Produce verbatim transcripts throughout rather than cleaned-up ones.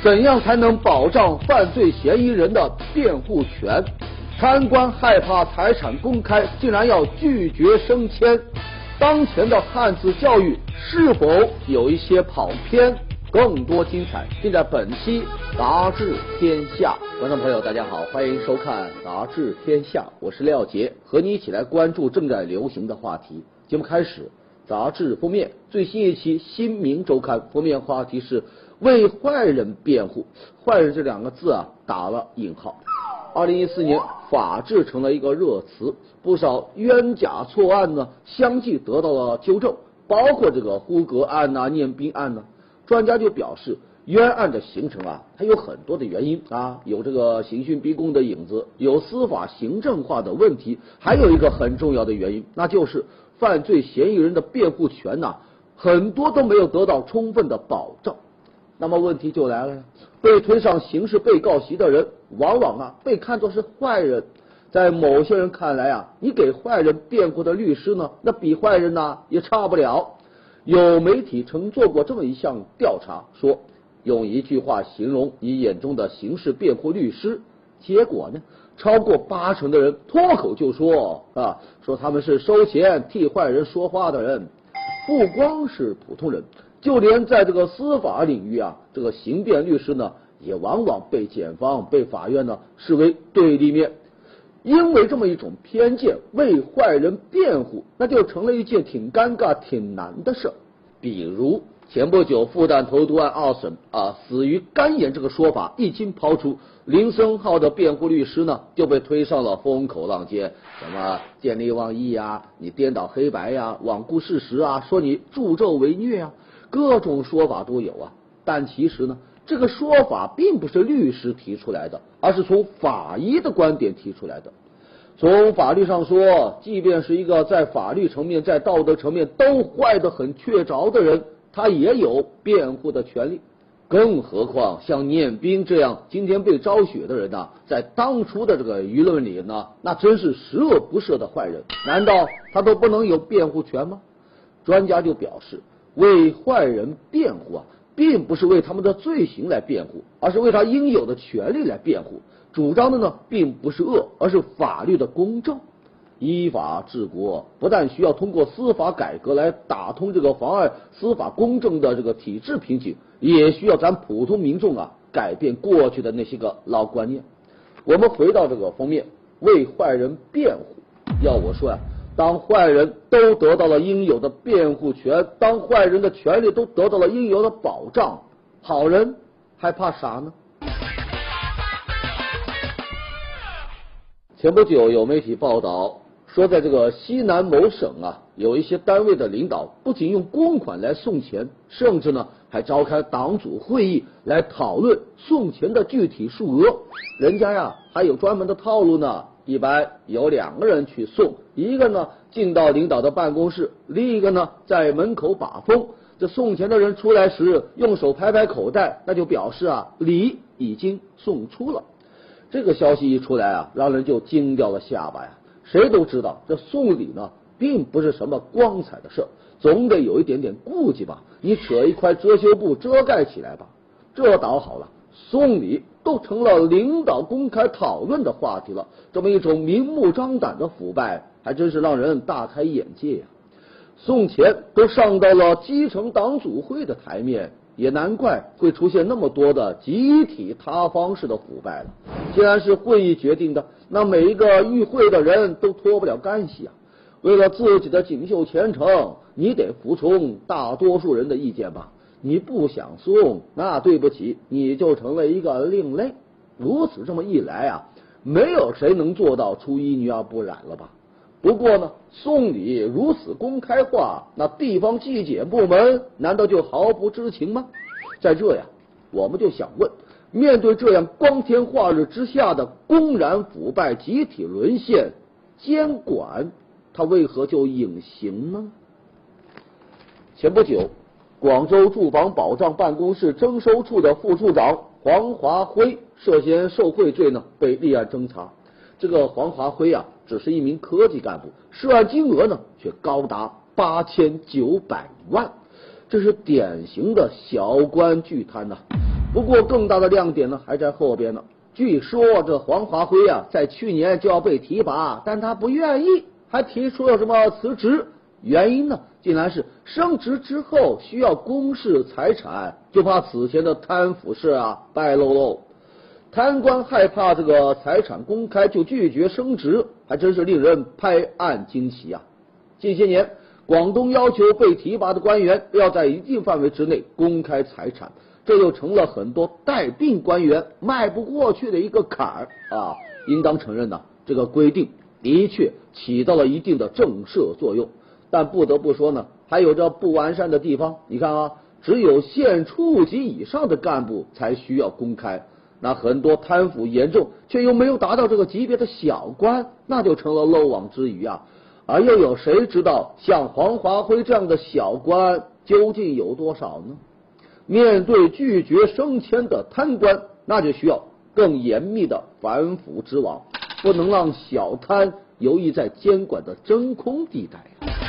怎样才能保障犯罪嫌疑人的辩护权？贪官害怕财产公开，竟然要拒绝升迁。当前的汉字教育是否有一些跑偏？更多精彩尽在本期杂志天下。观众朋友大家好，欢迎收看杂志天下，我是廖杰，和你一起来关注正在流行的话题。节目开始，杂志封面最新一期《新民周刊》封面话题是为坏人辩护，坏人这两个字啊打了引号。二零一四年法治成了一个热词，不少冤假错案呢相继得到了纠正，包括这个呼格案呐、念宾案呢。专家就表示，冤案的形成啊，它有很多的原因啊，有这个刑讯逼供的影子，有司法行政化的问题，还有一个很重要的原因，那就是犯罪嫌疑人的辩护权呐、啊，很多都没有得到充分的保障。那么问题就来了呀，被推上刑事被告席的人，往往啊被看作是坏人。在某些人看来啊，你给坏人辩护的律师呢，那比坏人呢也差不了。有媒体曾做过这么一项调查，说用一句话形容你眼中的刑事辩护律师，结果呢，超过八成的人脱口就说啊，说他们是收钱替坏人说话的人。不光是普通人，就连在这个司法领域啊，这个刑辩律师呢，也往往被检方、被法院呢视为对立面。因为这么一种偏见，为坏人辩护，那就成了一件挺尴尬、挺难的事。比如前不久复旦投毒案二审啊，死于肝炎这个说法一经抛出，林森浩的辩护律师呢就被推上了风口浪尖，什么见利忘义啊，你颠倒黑白呀、啊，罔顾事实啊，说你助纣为虐啊，各种说法都有啊。但其实呢，这个说法并不是律师提出来的，而是从法医的观点提出来的。从法律上说，即便是一个在法律层面、在道德层面都坏得很确凿的人，他也有辩护的权利。更何况像念宾这样今天被昭雪的人呢、啊，在当初的这个舆论里呢，那真是十恶不赦的坏人，难道他都不能有辩护权吗？专家就表示，为坏人辩护啊，并不是为他们的罪行来辩护，而是为他应有的权利来辩护。主张的呢，并不是恶，而是法律的公正。依法治国不但需要通过司法改革来打通这个妨碍司法公正的这个体制瓶颈，也需要咱普通民众啊改变过去的那些个老观念。我们回到这个封面，为坏人辩护。要我说呀、啊，当坏人都得到了应有的辩护权，当坏人的权利都得到了应有的保障，好人还怕啥呢？前不久有媒体报道说，在这个西南某省啊，有一些单位的领导不仅用公款来送钱，甚至呢还召开党组会议来讨论送钱的具体数额。人家呀还有专门的套路呢，一般有两个人去送，一个呢进到领导的办公室，另一个呢在门口把风。这送钱的人出来时用手拍拍口袋，那就表示啊礼已经送出了。这个消息一出来啊，让人就惊掉了下巴呀！谁都知道，这送礼呢，并不是什么光彩的事，总得有一点点顾忌吧。你扯一块遮羞布遮盖起来吧。这倒好了，送礼都成了领导公开讨论的话题了。这么一种明目张胆的腐败，还真是让人大开眼界呀！送钱都上到了基层党组会的台面，也难怪会出现那么多的集体塌方式的腐败了。既然是会议决定的，那每一个与会的人都脱不了干系啊。为了自己的锦绣前程，你得服从大多数人的意见吧。你不想送，那对不起，你就成了一个另类。如此这么一来啊，没有谁能做到出淤泥而不染了吧。不过呢，送礼如此公开化，那地方纪检部门难道就毫不知情吗？在这呀，我们就想问，面对这样光天化日之下的公然腐败、集体沦陷，监管它为何就隐形呢？前不久，广州住房保障办公室征收处的副处长黄华辉涉嫌受贿罪呢，被立案侦查。这个黄华辉啊，只是一名科级干部，涉案金额呢却高达八千九百万，这是典型的小官巨贪呐、啊。 不过更大的亮点呢还在后边呢。据说这黄华辉啊，在去年就要被提拔，但他不愿意，还提出了什么辞职。原因呢，竟然是升职之后需要公示财产，就怕此前的贪腐事啊败露喽。贪官害怕这个财产公开，就拒绝升职，还真是令人拍案惊奇啊！近些年，广东要求被提拔的官员要在一定范围之内公开财产，这又成了很多带病官员迈不过去的一个坎儿啊！应当承认呢，这个规定的确起到了一定的震慑作用，但不得不说呢，还有着不完善的地方。你看啊，只有县处级以上的干部才需要公开。那很多贪腐严重却又没有达到这个级别的小官，那就成了漏网之鱼啊！而又有谁知道像黄华辉这样的小官究竟有多少呢？面对拒绝升迁的贪官，那就需要更严密的反腐之网，不能让小贪游弋在监管的真空地带。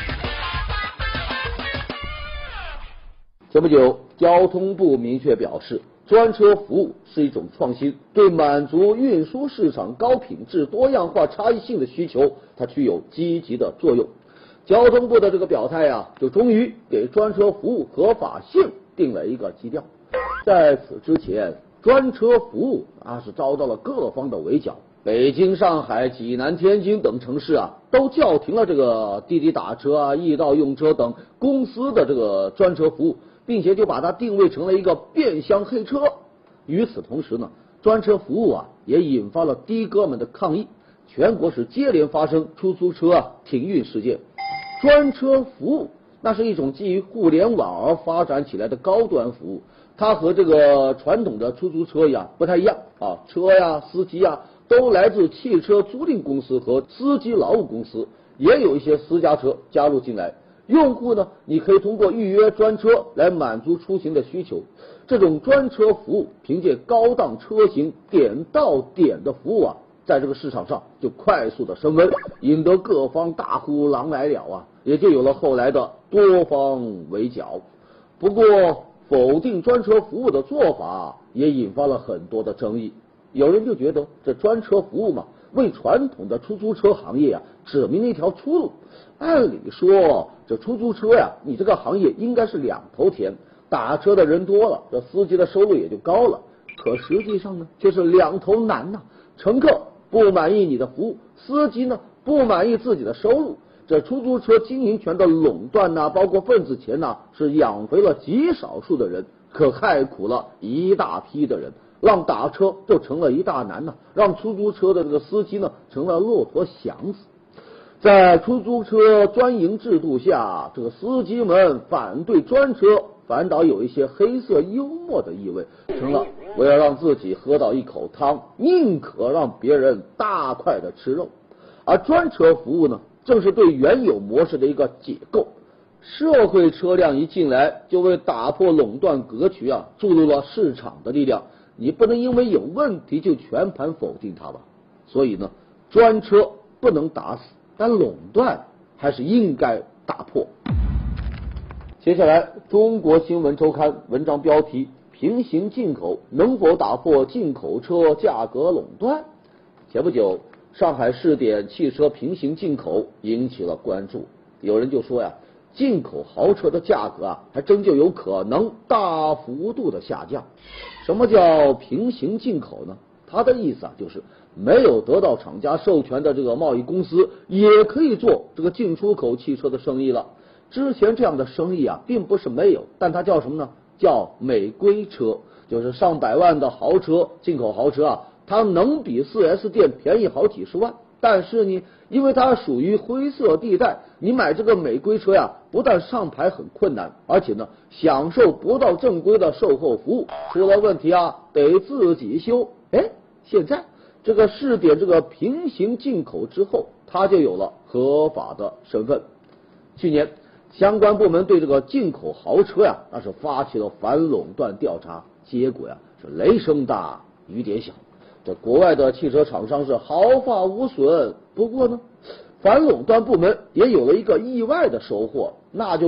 前不久，交通部明确表示，专车服务是一种创新，对满足运输市场高品质、多样化、差异性的需求，它具有积极的作用。交通部的这个表态啊，就终于给专车服务合法性定了一个基调。在此之前，专车服务啊是遭到了各方的围剿，北京、上海、济南、天津等城市啊，都叫停了这个滴滴打车啊、易到用车等公司的这个专车服务，并且就把它定位成了一个变相黑车。与此同时呢，专车服务啊也引发了的哥们的抗议，全国是接连发生出租车啊停运事件。专车服务那是一种基于互联网而发展起来的高端服务，它和这个传统的出租车呀不太一样啊，车呀、司机呀都来自汽车租赁公司和司机劳务公司，也有一些私家车加入进来。用户呢，你可以通过预约专车来满足出行的需求。这种专车服务凭借高档车型点到点的服务啊，在这个市场上就快速的升温，引得各方大呼狼来了啊，也就有了后来的多方围剿。不过，否定专车服务的做法也引发了很多的争议。有人就觉得这专车服务嘛，为传统的出租车行业啊指明了一条出路。按理说，这出租车呀，你这个行业应该是两头甜，打车的人多了，这司机的收入也就高了。可实际上呢，却是两头难呐、啊。乘客不满意你的服务，司机呢不满意自己的收入。这出租车经营权的垄断呐、啊，包括份子钱呐、啊，是养肥了极少数的人，可害苦了一大批的人。让打车就成了一大难呐、啊，让出租车的这个司机呢成了骆驼祥子。在出租车专营制度下，这个司机们反对专车，反倒有一些黑色幽默的意味，成了为了让自己喝到一口汤，宁可让别人大块的吃肉。而专车服务呢，正是对原有模式的一个解构。社会车辆一进来，就为打破垄断格局啊，注入了市场的力量。你不能因为有问题就全盘否定它吧。所以呢，专车不能打死，但垄断还是应该打破。接下来，中国新闻周刊文章标题：平行进口能否打破进口车价格垄断？前不久，上海试点汽车平行进口引起了关注。有人就说呀，进口豪车的价格啊，还真就有可能大幅度的下降。什么叫平行进口呢？它的意思啊，就是没有得到厂家授权的这个贸易公司也可以做这个进出口汽车的生意了。之前这样的生意啊，并不是没有，但它叫什么呢？叫美规车，就是上百万的豪车，进口豪车啊，它能比 四 S 店便宜好几十万。但是呢，因为它属于灰色地带，你买这个美规车呀，不但上牌很困难，而且呢，享受不到正规的售后服务，出了问题啊，得自己修。哎，现在这个试点这个平行进口之后，它就有了合法的身份。去年，相关部门对这个进口豪车呀，那是发起了反垄断调查，结果呀是雷声大雨点小。这国外的汽车厂商是毫发无损，不过呢，反垄断部门也有了一个意外的收获，那就是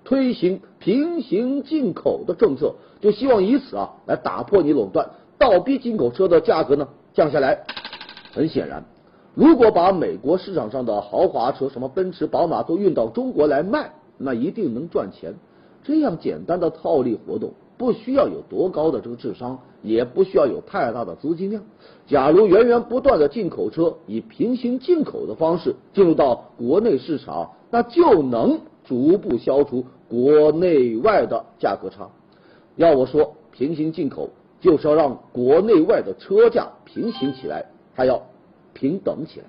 推行平行进口的政策，就希望以此啊来打破你垄断，倒逼进口车的价格呢降下来。很显然，如果把美国市场上的豪华车，什么奔驰、宝马都运到中国来卖，那一定能赚钱。这样简单的套利活动，不需要有多高的这个智商，也不需要有太大的资金量。假如源源不断的进口车以平行进口的方式进入到国内市场，那就能逐步消除国内外的价格差。要我说，平行进口就是要让国内外的车价平行起来，还要平等起来。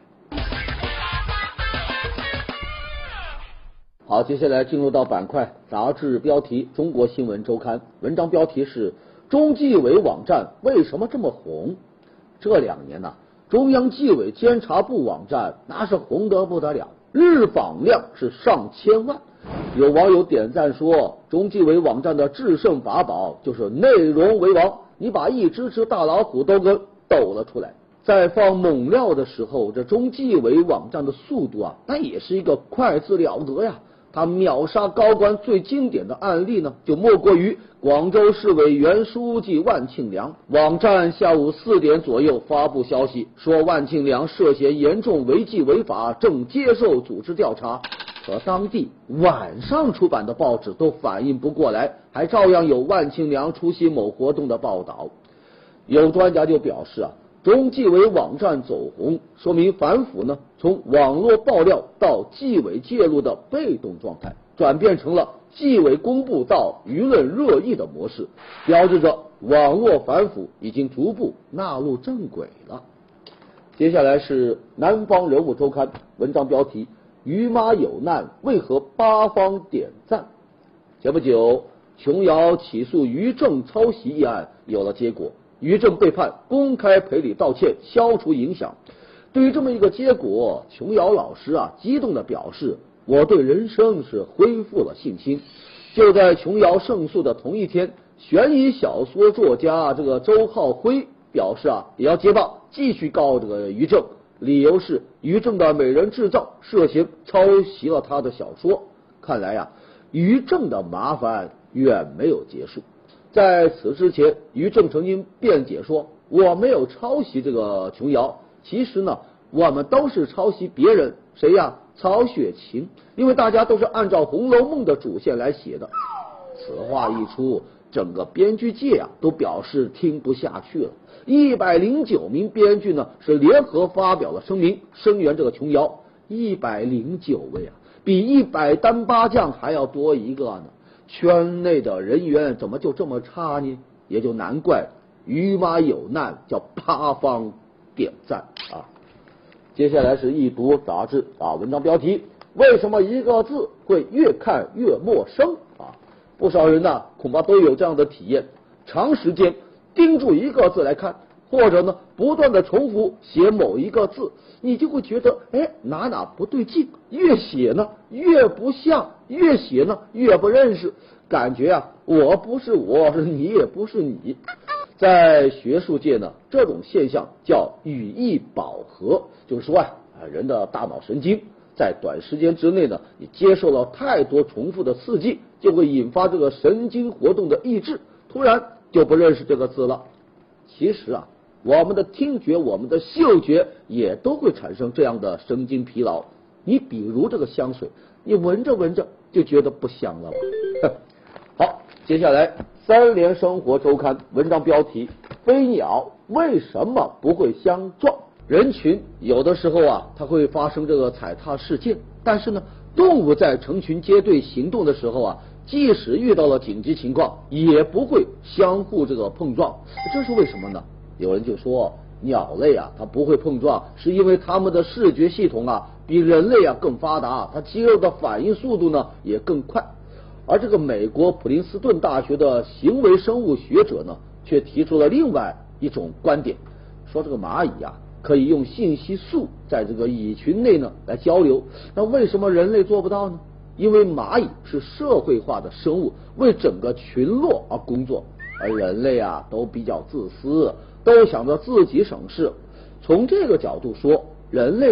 好，接下来进入到板块，杂志标题《中国新闻周刊》，文章标题是中纪委网站为什么这么红？这两年呢、啊，中央纪委监察部网站那是红得不得了，日访量是上千万。有网友点赞说，中纪委网站的制胜法宝就是内容为王，你把一只只大老虎都给抖了出来。在放猛料的时候，这中纪委网站的速度啊，那也是一个快字了得呀。他秒杀高官最经典的案例呢，就莫过于广州市委原书记万庆良。网站下午四点左右发布消息，说万庆良涉嫌严重违纪违法，正接受组织调查。可当地晚上出版的报纸都反应不过来，还照样有万庆良出席某活动的报道。有专家就表示啊，中纪委网站走红，说明反腐呢从网络爆料到纪委介入的被动状态，转变成了纪委公布到舆论热议的模式，标志着网络反腐已经逐步纳入正轨了。接下来是南方人物周刊文章标题：于妈有难，为何八方点赞？前不久，琼瑶起诉于正抄袭一案有了结果。于正被判公开赔礼道歉，消除影响。对于这么一个结果，琼瑶老师啊激动地表示，我对人生是恢复了信心。就在琼瑶胜诉的同一天，悬疑小说作家这个周浩辉表示啊，也要接棒继续告这个于正，理由是于正的美人制造涉嫌抄袭了他的小说。看来呀、啊，于正的麻烦远没有结束。在此之前，于正曾经辩解说，我没有抄袭这个琼瑶，其实呢，我们都是抄袭别人，谁呀？曹雪芹，因为大家都是按照《红楼梦》的主线来写的。此话一出，整个编剧界啊都表示听不下去了。一百零九名编剧呢是联合发表了声明，声援这个琼瑶。一百零九位啊，比一百单八将还要多一个呢。圈内的人缘怎么就这么差呢？也就难怪于妈有难叫八方点赞啊。接下来是一读杂志啊，文章标题：为什么一个字会越看越陌生啊？不少人呢恐怕都有这样的体验，长时间盯住一个字来看，或者呢不断的重复写某一个字，你就会觉得哎哪哪不对劲，越写呢越不像，越写呢越不认识，感觉啊我不是我，是你也不是你。在学术界呢，这种现象叫语义饱和，就是说啊人的大脑神经在短时间之内呢，你接受了太多重复的刺激，就会引发这个神经活动的抑制，突然就不认识这个字了。其实啊，我们的听觉、我们的嗅觉也都会产生这样的神经疲劳。你比如这个香水，你闻着闻着就觉得不香了吧？好，接下来三联生活周刊文章标题：飞鸟为什么不会相撞？人群有的时候啊，它会发生这个踩踏事件，但是呢，动物在成群结队行动的时候啊，即使遇到了紧急情况，也不会相互这个碰撞，这是为什么呢？有人就说，鸟类啊，它不会碰撞，是因为它们的视觉系统啊比人类啊更发达，它肌肉的反应速度呢也更快。而这个美国普林斯顿大学的行为生物学者呢，却提出了另外一种观点，说这个蚂蚁啊可以用信息素在这个蚁群内呢来交流，那为什么人类做不到呢？因为蚂蚁是社会化的生物，为整个群落而工作，而人类啊都比较自私，都想着自己省事。从这个角度说，人类呢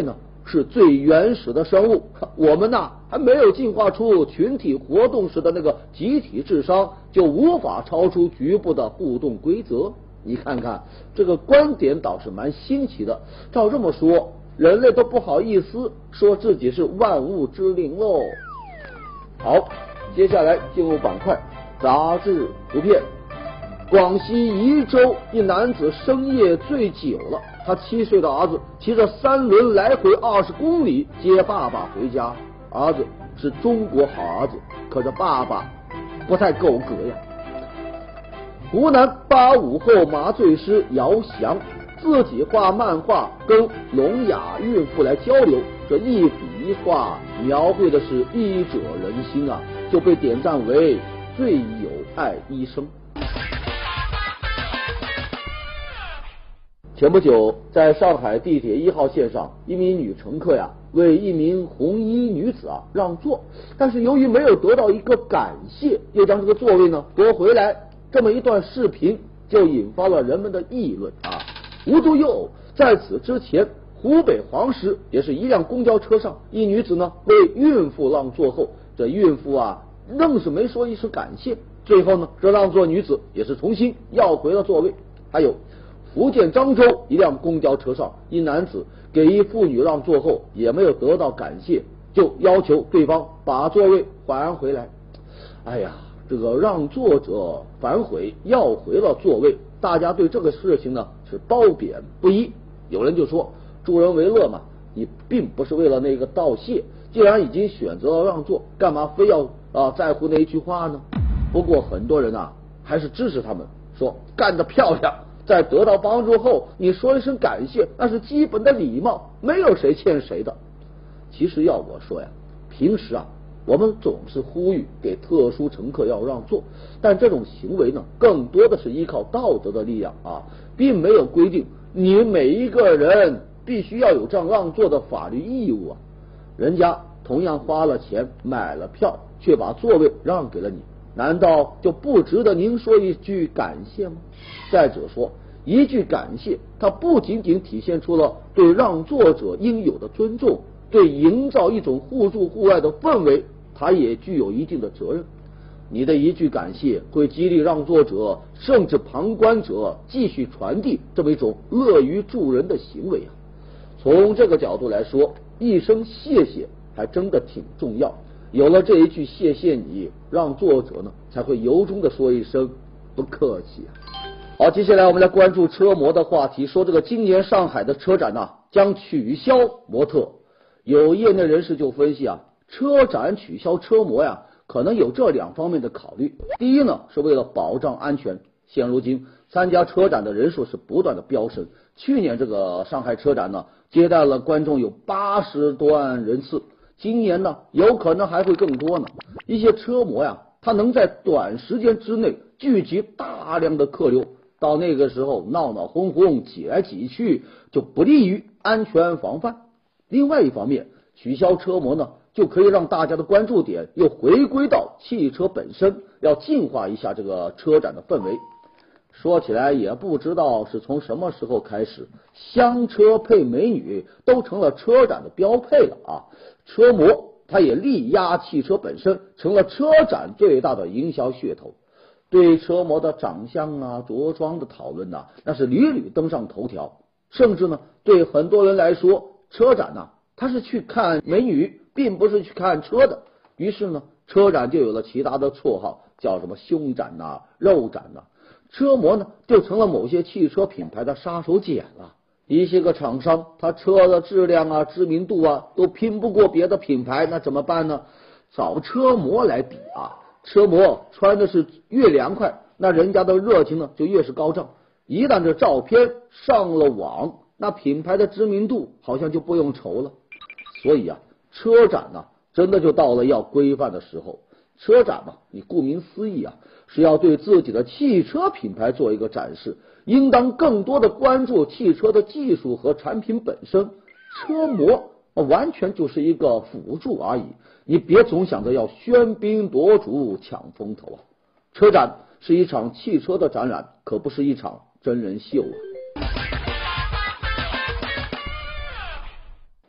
是最原始的生物，我们呐还没有进化出群体活动时的那个集体智商，就无法超出局部的互动规则。你看看这个观点倒是蛮新奇的，照这么说，人类都不好意思说自己是万物之灵喽。好，接下来进入板块杂志图片。广西宜州一男子深夜醉酒了，他七岁的儿子骑着三轮来回二十公里接爸爸回家。儿子是中国好儿子，可这爸爸不太够格呀。湖南八五后麻醉师姚翔自己画漫画跟聋哑孕妇来交流，这一笔一画描绘的是医者仁心啊，就被点赞为最有爱医生。前不久，在上海地铁一号线上，一名女乘客呀为一名红衣女子啊让座，但是由于没有得到一个感谢，又将这个座位呢夺回来，这么一段视频就引发了人们的议论啊。无独有偶，在此之前，湖北黄石也是一辆公交车上，一女子呢为孕妇让座后，这孕妇啊愣是没说一声感谢，最后呢这让座女子也是重新要回了座位。还有福建漳州一辆公交车上，一男子给一妇女让座后也没有得到感谢，就要求对方把座位还回来。哎呀，这个让座者反悔要回了座位，大家对这个事情呢是褒贬不一。有人就说助人为乐嘛，你并不是为了那个道谢，既然已经选择了让座，干嘛非要啊在乎那一句话呢？不过很多人啊还是支持他们，说干得漂亮，在得到帮助后你说一声感谢，那是基本的礼貌，没有谁欠谁的。其实要我说呀，平时啊我们总是呼吁给特殊乘客要让座，但这种行为呢更多的是依靠道德的力量啊，并没有规定你每一个人必须要有这样让座的法律义务啊。人家同样花了钱买了票，却把座位让给了你，难道就不值得您说一句感谢吗？再者说，一句感谢它不仅仅体现出了对让座者应有的尊重，对营造一种互助互爱的氛围它也具有一定的责任。你的一句感谢会激励让座者甚至旁观者继续传递这么一种乐于助人的行为啊。从这个角度来说，一声谢谢还真的挺重要，有了这一句谢谢你，让座者呢才会由衷的说一声不客气啊。好，接下来我们来关注车模的话题，说这个今年上海的车展呢、啊、将取消模特。有业内人士就分析啊，车展取消车模呀，可能有这两方面的考虑。第一呢，是为了保障安全。现如今参加车展的人数是不断的飙升，去年这个上海车展呢，接待了观众有八十多万人次，今年呢，有可能还会更多呢。一些车模呀，它能在短时间之内聚集大量的客流，到那个时候闹闹哄哄挤来挤去，就不利于安全防范。另外一方面，取消车模呢，就可以让大家的关注点又回归到汽车本身，要净化一下这个车展的氛围。说起来也不知道是从什么时候开始，香车配美女都成了车展的标配了啊！车模它也力压汽车本身，成了车展最大的营销噱头。对车模的长相啊、着装的讨论呐，那是屡屡登上头条。甚至呢，对很多人来说，车展呐，它是去看美女，并不是去看车的。于是呢，车展就有了其他的绰号，叫什么胸展呐、肉展呐。车模呢，就成了某些汽车品牌的杀手锏了。一些个厂商，他车的质量啊、知名度啊，都拼不过别的品牌，那怎么办呢？找车模来比啊！车模穿的是越凉快，那人家的热情呢就越是高涨。一旦这照片上了网，那品牌的知名度好像就不用愁了。所以啊，车展呢、啊，真的就到了要规范的时候。车展嘛，你顾名思义啊，是要对自己的汽车品牌做一个展示，应当更多的关注汽车的技术和产品本身。车模完全就是一个辅助而已，你别总想着要喧宾夺主抢风头啊！车展是一场汽车的展览，可不是一场真人秀啊！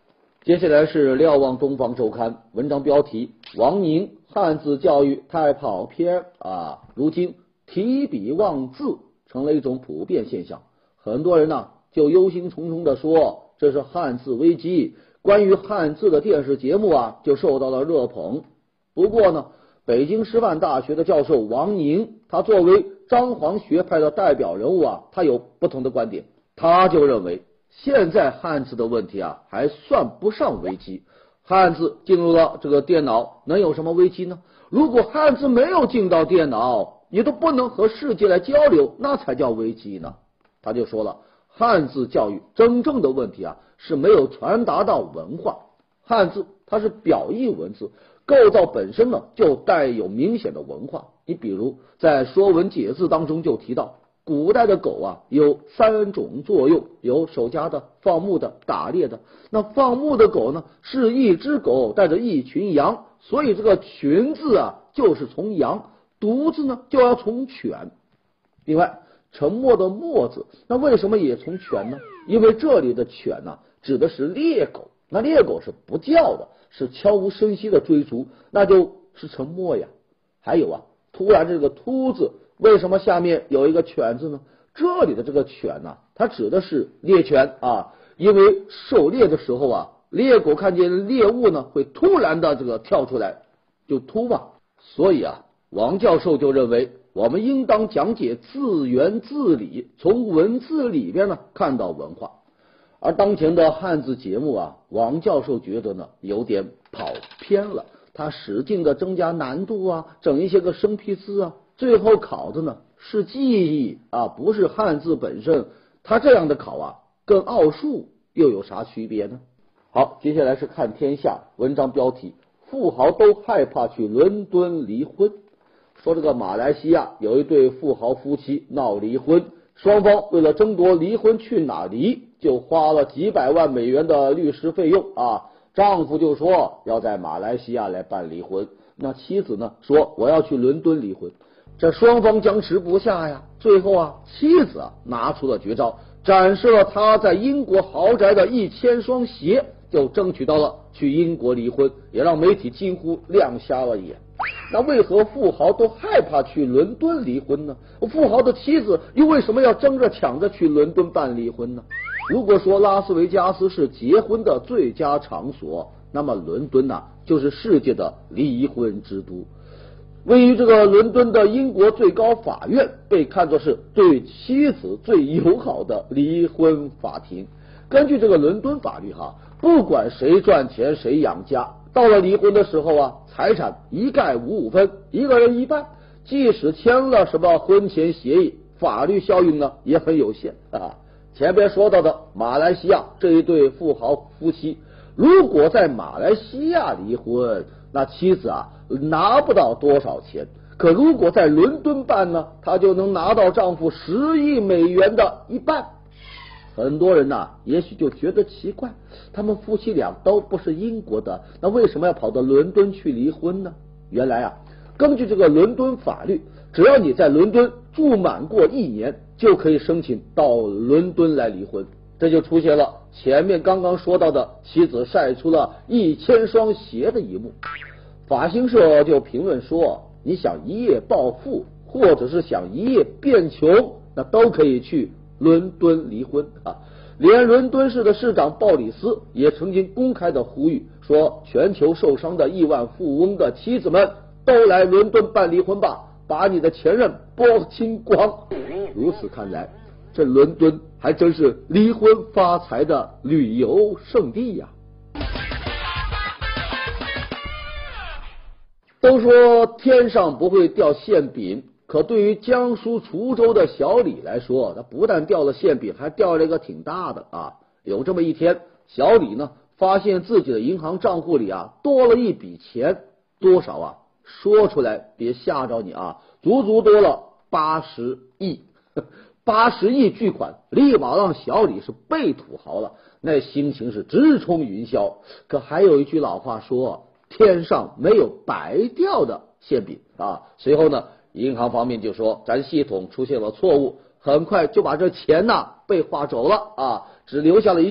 接下来是瞭望东方周刊，文章标题：王宁汉字教育太跑偏啊！如今提笔忘字成了一种普遍现象，很多人呢就忧心忡忡的说这是汉字危机。关于汉字的电视节目啊就受到了热捧。不过呢，北京师范大学的教授王宁，他作为张黄学派的代表人物啊，他有不同的观点。他就认为现在汉字的问题啊还算不上危机，汉字进入了这个电脑能有什么危机呢？如果汉字没有进到电脑，你都不能和世界来交流，那才叫危机呢。他就说了，汉字教育真正的问题啊是没有传达到文化。汉字它是表意文字，构造本身呢就带有明显的文化。你比如在《说文解字》当中就提到，古代的狗啊有三种作用，有守家的、放牧的、打猎的。那放牧的狗呢是一只狗带着一群羊，所以这个群字啊就是从羊，独字呢就要从犬。另外沉默的默字，那为什么也从犬呢？因为这里的犬呢指的是猎狗，那猎狗是不叫的，是悄无声息的追逐，那就是沉默呀。还有啊，突然这个突字，为什么下面有一个犬字呢？这里的这个犬呢、啊，它指的是猎犬啊，因为狩猎的时候啊，猎狗看见猎物呢，会突然的这个跳出来，就突嘛。所以啊，王教授就认为，我们应当讲解字源字理，从文字里边呢看到文化。而当前的汉字节目啊，王教授觉得呢有点跑偏了，他使劲的增加难度啊，整一些个生僻字啊，最后考的呢是记忆啊，不是汉字本身。他这样的考啊，跟奥数又有啥区别呢？好，接下来是看天下，文章标题：富豪都害怕去伦敦离婚。说这个马来西亚有一对富豪夫妻闹离婚，双方为了争夺离婚去哪离，就花了几百万美元的律师费用啊。丈夫就说要在马来西亚来办离婚，那妻子呢说我要去伦敦离婚。这双方僵持不下呀，最后啊，妻子啊拿出了绝招，展示了她在英国豪宅的一千双鞋，就争取到了去英国离婚，也让媒体几乎亮瞎了眼。那为何富豪都害怕去伦敦离婚呢？富豪的妻子又为什么要争着抢着去伦敦办离婚呢？如果说拉斯维加斯是结婚的最佳场所，那么伦敦呢、啊、就是世界的离婚之都。位于这个伦敦的英国最高法院被看作是对妻子最友好的离婚法庭。根据这个伦敦法律哈，不管谁赚钱谁养家，到了离婚的时候啊，财产一概五五分，一个人一半。即使签了什么婚前协议，法律效应呢也很有限啊。前边说到的马来西亚这一对富豪夫妻，如果在马来西亚离婚，那妻子啊拿不到多少钱，可如果在伦敦办呢，她就能拿到丈夫十亿美元的一半。很多人呐、啊，也许就觉得奇怪，他们夫妻俩都不是英国的，那为什么要跑到伦敦去离婚呢？原来啊，根据这个伦敦法律，只要你在伦敦住满过一年，就可以申请到伦敦来离婚。这就出现了前面刚刚说到的妻子晒出了一千双鞋的一幕。法新社就评论说，你想一夜暴富，或者是想一夜变穷，那都可以去伦敦离婚啊！连伦敦市的市长鲍里斯也曾经公开的呼吁说，全球受伤的亿万富翁的妻子们都来伦敦办离婚吧，把你的前任剥清光。如此看来，这伦敦还真是离婚发财的旅游胜地呀！都说天上不会掉馅饼，可对于江苏滁州的小李来说，他不但掉了馅饼，还掉了一个挺大的啊！有这么一天，小李呢发现自己的银行账户里啊多了一笔钱，多少啊？说出来别吓着你啊，足足多了八十亿，八十亿巨款，立马让小李是被土豪了，那心情是直冲云霄。可还有一句老话说，天上没有白掉的馅饼啊！随后呢，银行方面就说咱系统出现了错误，很快就把这钱呐被划走了啊，只留下了一句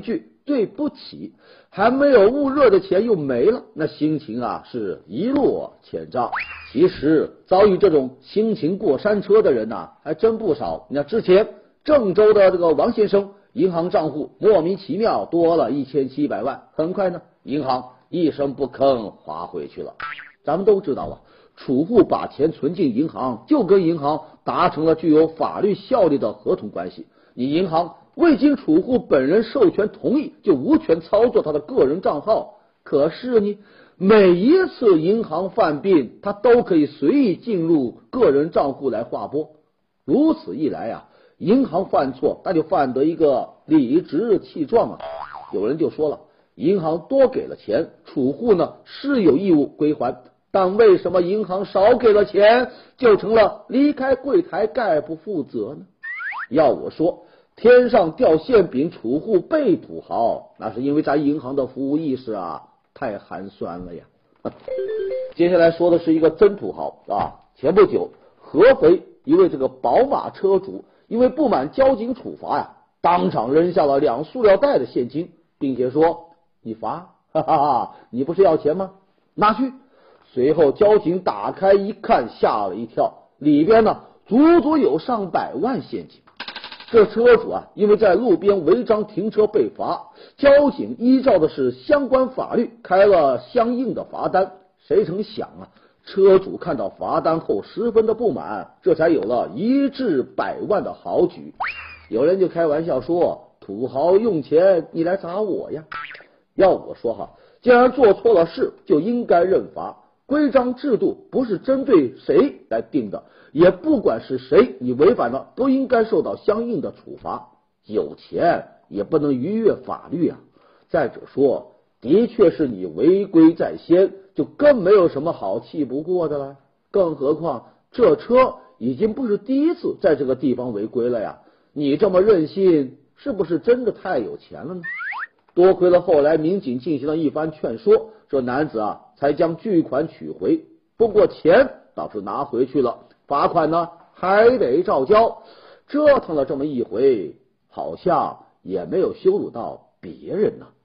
对不起，还没有焐热的钱又没了，那心情啊是一落千丈。其实遭遇这种心情过山车的人呐、啊，还真不少。你看之前郑州的这个王先生，银行账户莫名其妙多了一千七百万，很快呢，银行一声不吭划回去了。咱们都知道啊，储户把钱存进银行，就跟银行达成了具有法律效力的合同关系。你银行未经储户本人授权同意，就无权操作他的个人账号。可是呢，每一次银行犯病，他都可以随意进入个人账户来划拨。如此一来啊，银行犯错，那就犯得一个理直气壮啊。有人就说了，银行多给了钱，储户呢是有义务归还，但为什么银行少给了钱，就成了离开柜台概不负责呢？要我说，天上掉馅饼，储户被土豪，那是因为咱银行的服务意识啊太寒酸了呀。接下来说的是一个真土豪啊，前不久合肥一位这个宝马车主因为不满交警处罚呀，当场扔下了两塑料袋的现金，并且说：“你罚，哈哈哈，你不是要钱吗？拿去。”随后交警打开一看，吓了一跳，里边呢足足有上百万现金。这车主啊，因为在路边违章停车被罚，交警依照的是相关法律开了相应的罚单。谁成想啊，车主看到罚单后十分的不满，这才有了一掷百万的豪举。有人就开玩笑说，土豪用钱你来砸我呀。要我说哈，既然做错了事就应该认罚，规章制度不是针对谁来定的，也不管是谁，你违反了都应该受到相应的处罚。有钱也不能逾越法律啊。再者说，的确是你违规在先，就更没有什么好气不过的了。更何况这车已经不是第一次在这个地方违规了呀，你这么任性，是不是真的太有钱了呢？多亏了后来民警进行了一番劝说，这男子啊才将巨款取回。不过钱倒是拿回去了，罚款呢还得照交。折腾了这么一回，好像也没有羞辱到别人呢。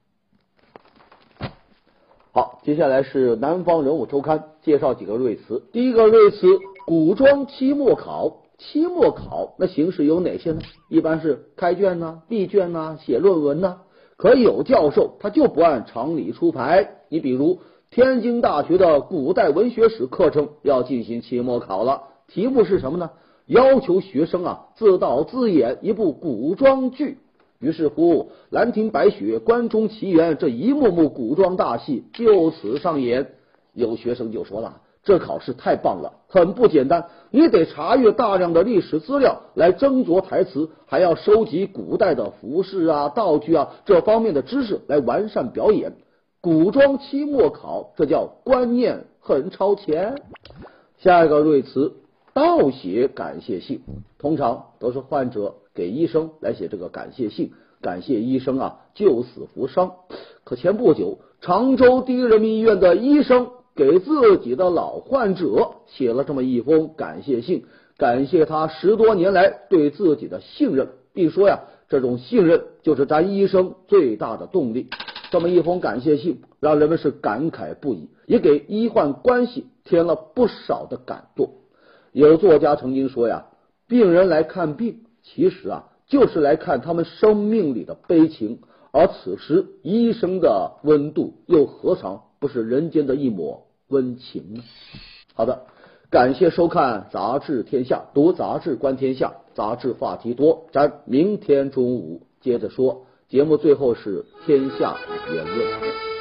好，接下来是南方人物周刊介绍几个锐词。第一个锐词，古装期末考。期末考那形式有哪些呢？一般是开卷呐、闭卷呐、写论文呐。可有教授他就不按常理出牌。你比如天津大学的古代文学史课程要进行期末考了，题目是什么呢？要求学生啊自导自演一部古装剧。于是乎，兰亭白雪、关中奇缘这一幕幕古装大戏就此上演。有学生就说了，这考试太棒了，很不简单，你得查阅大量的历史资料来斟酌台词，还要收集古代的服饰啊、道具啊这方面的知识来完善表演。古装期末考，这叫观念很超前。下一个锐词，倒写感谢信。通常都是患者给医生来写这个感谢信，感谢医生啊救死扶伤。可前不久，常州第一人民医院的医生给自己的老患者写了这么一封感谢信，感谢他十多年来对自己的信任，并说呀，这种信任就是咱医生最大的动力。这么一封感谢信让人们是感慨不已，也给医患关系添了不少的感动。有作家曾经说呀，病人来看病，其实啊就是来看他们生命里的悲情，而此时医生的温度又何尝不是人间的一抹温情呢？好的，感谢收看杂志天下，读杂志观天下，杂志话题多，咱明天中午接着说。节目最后是天下言论。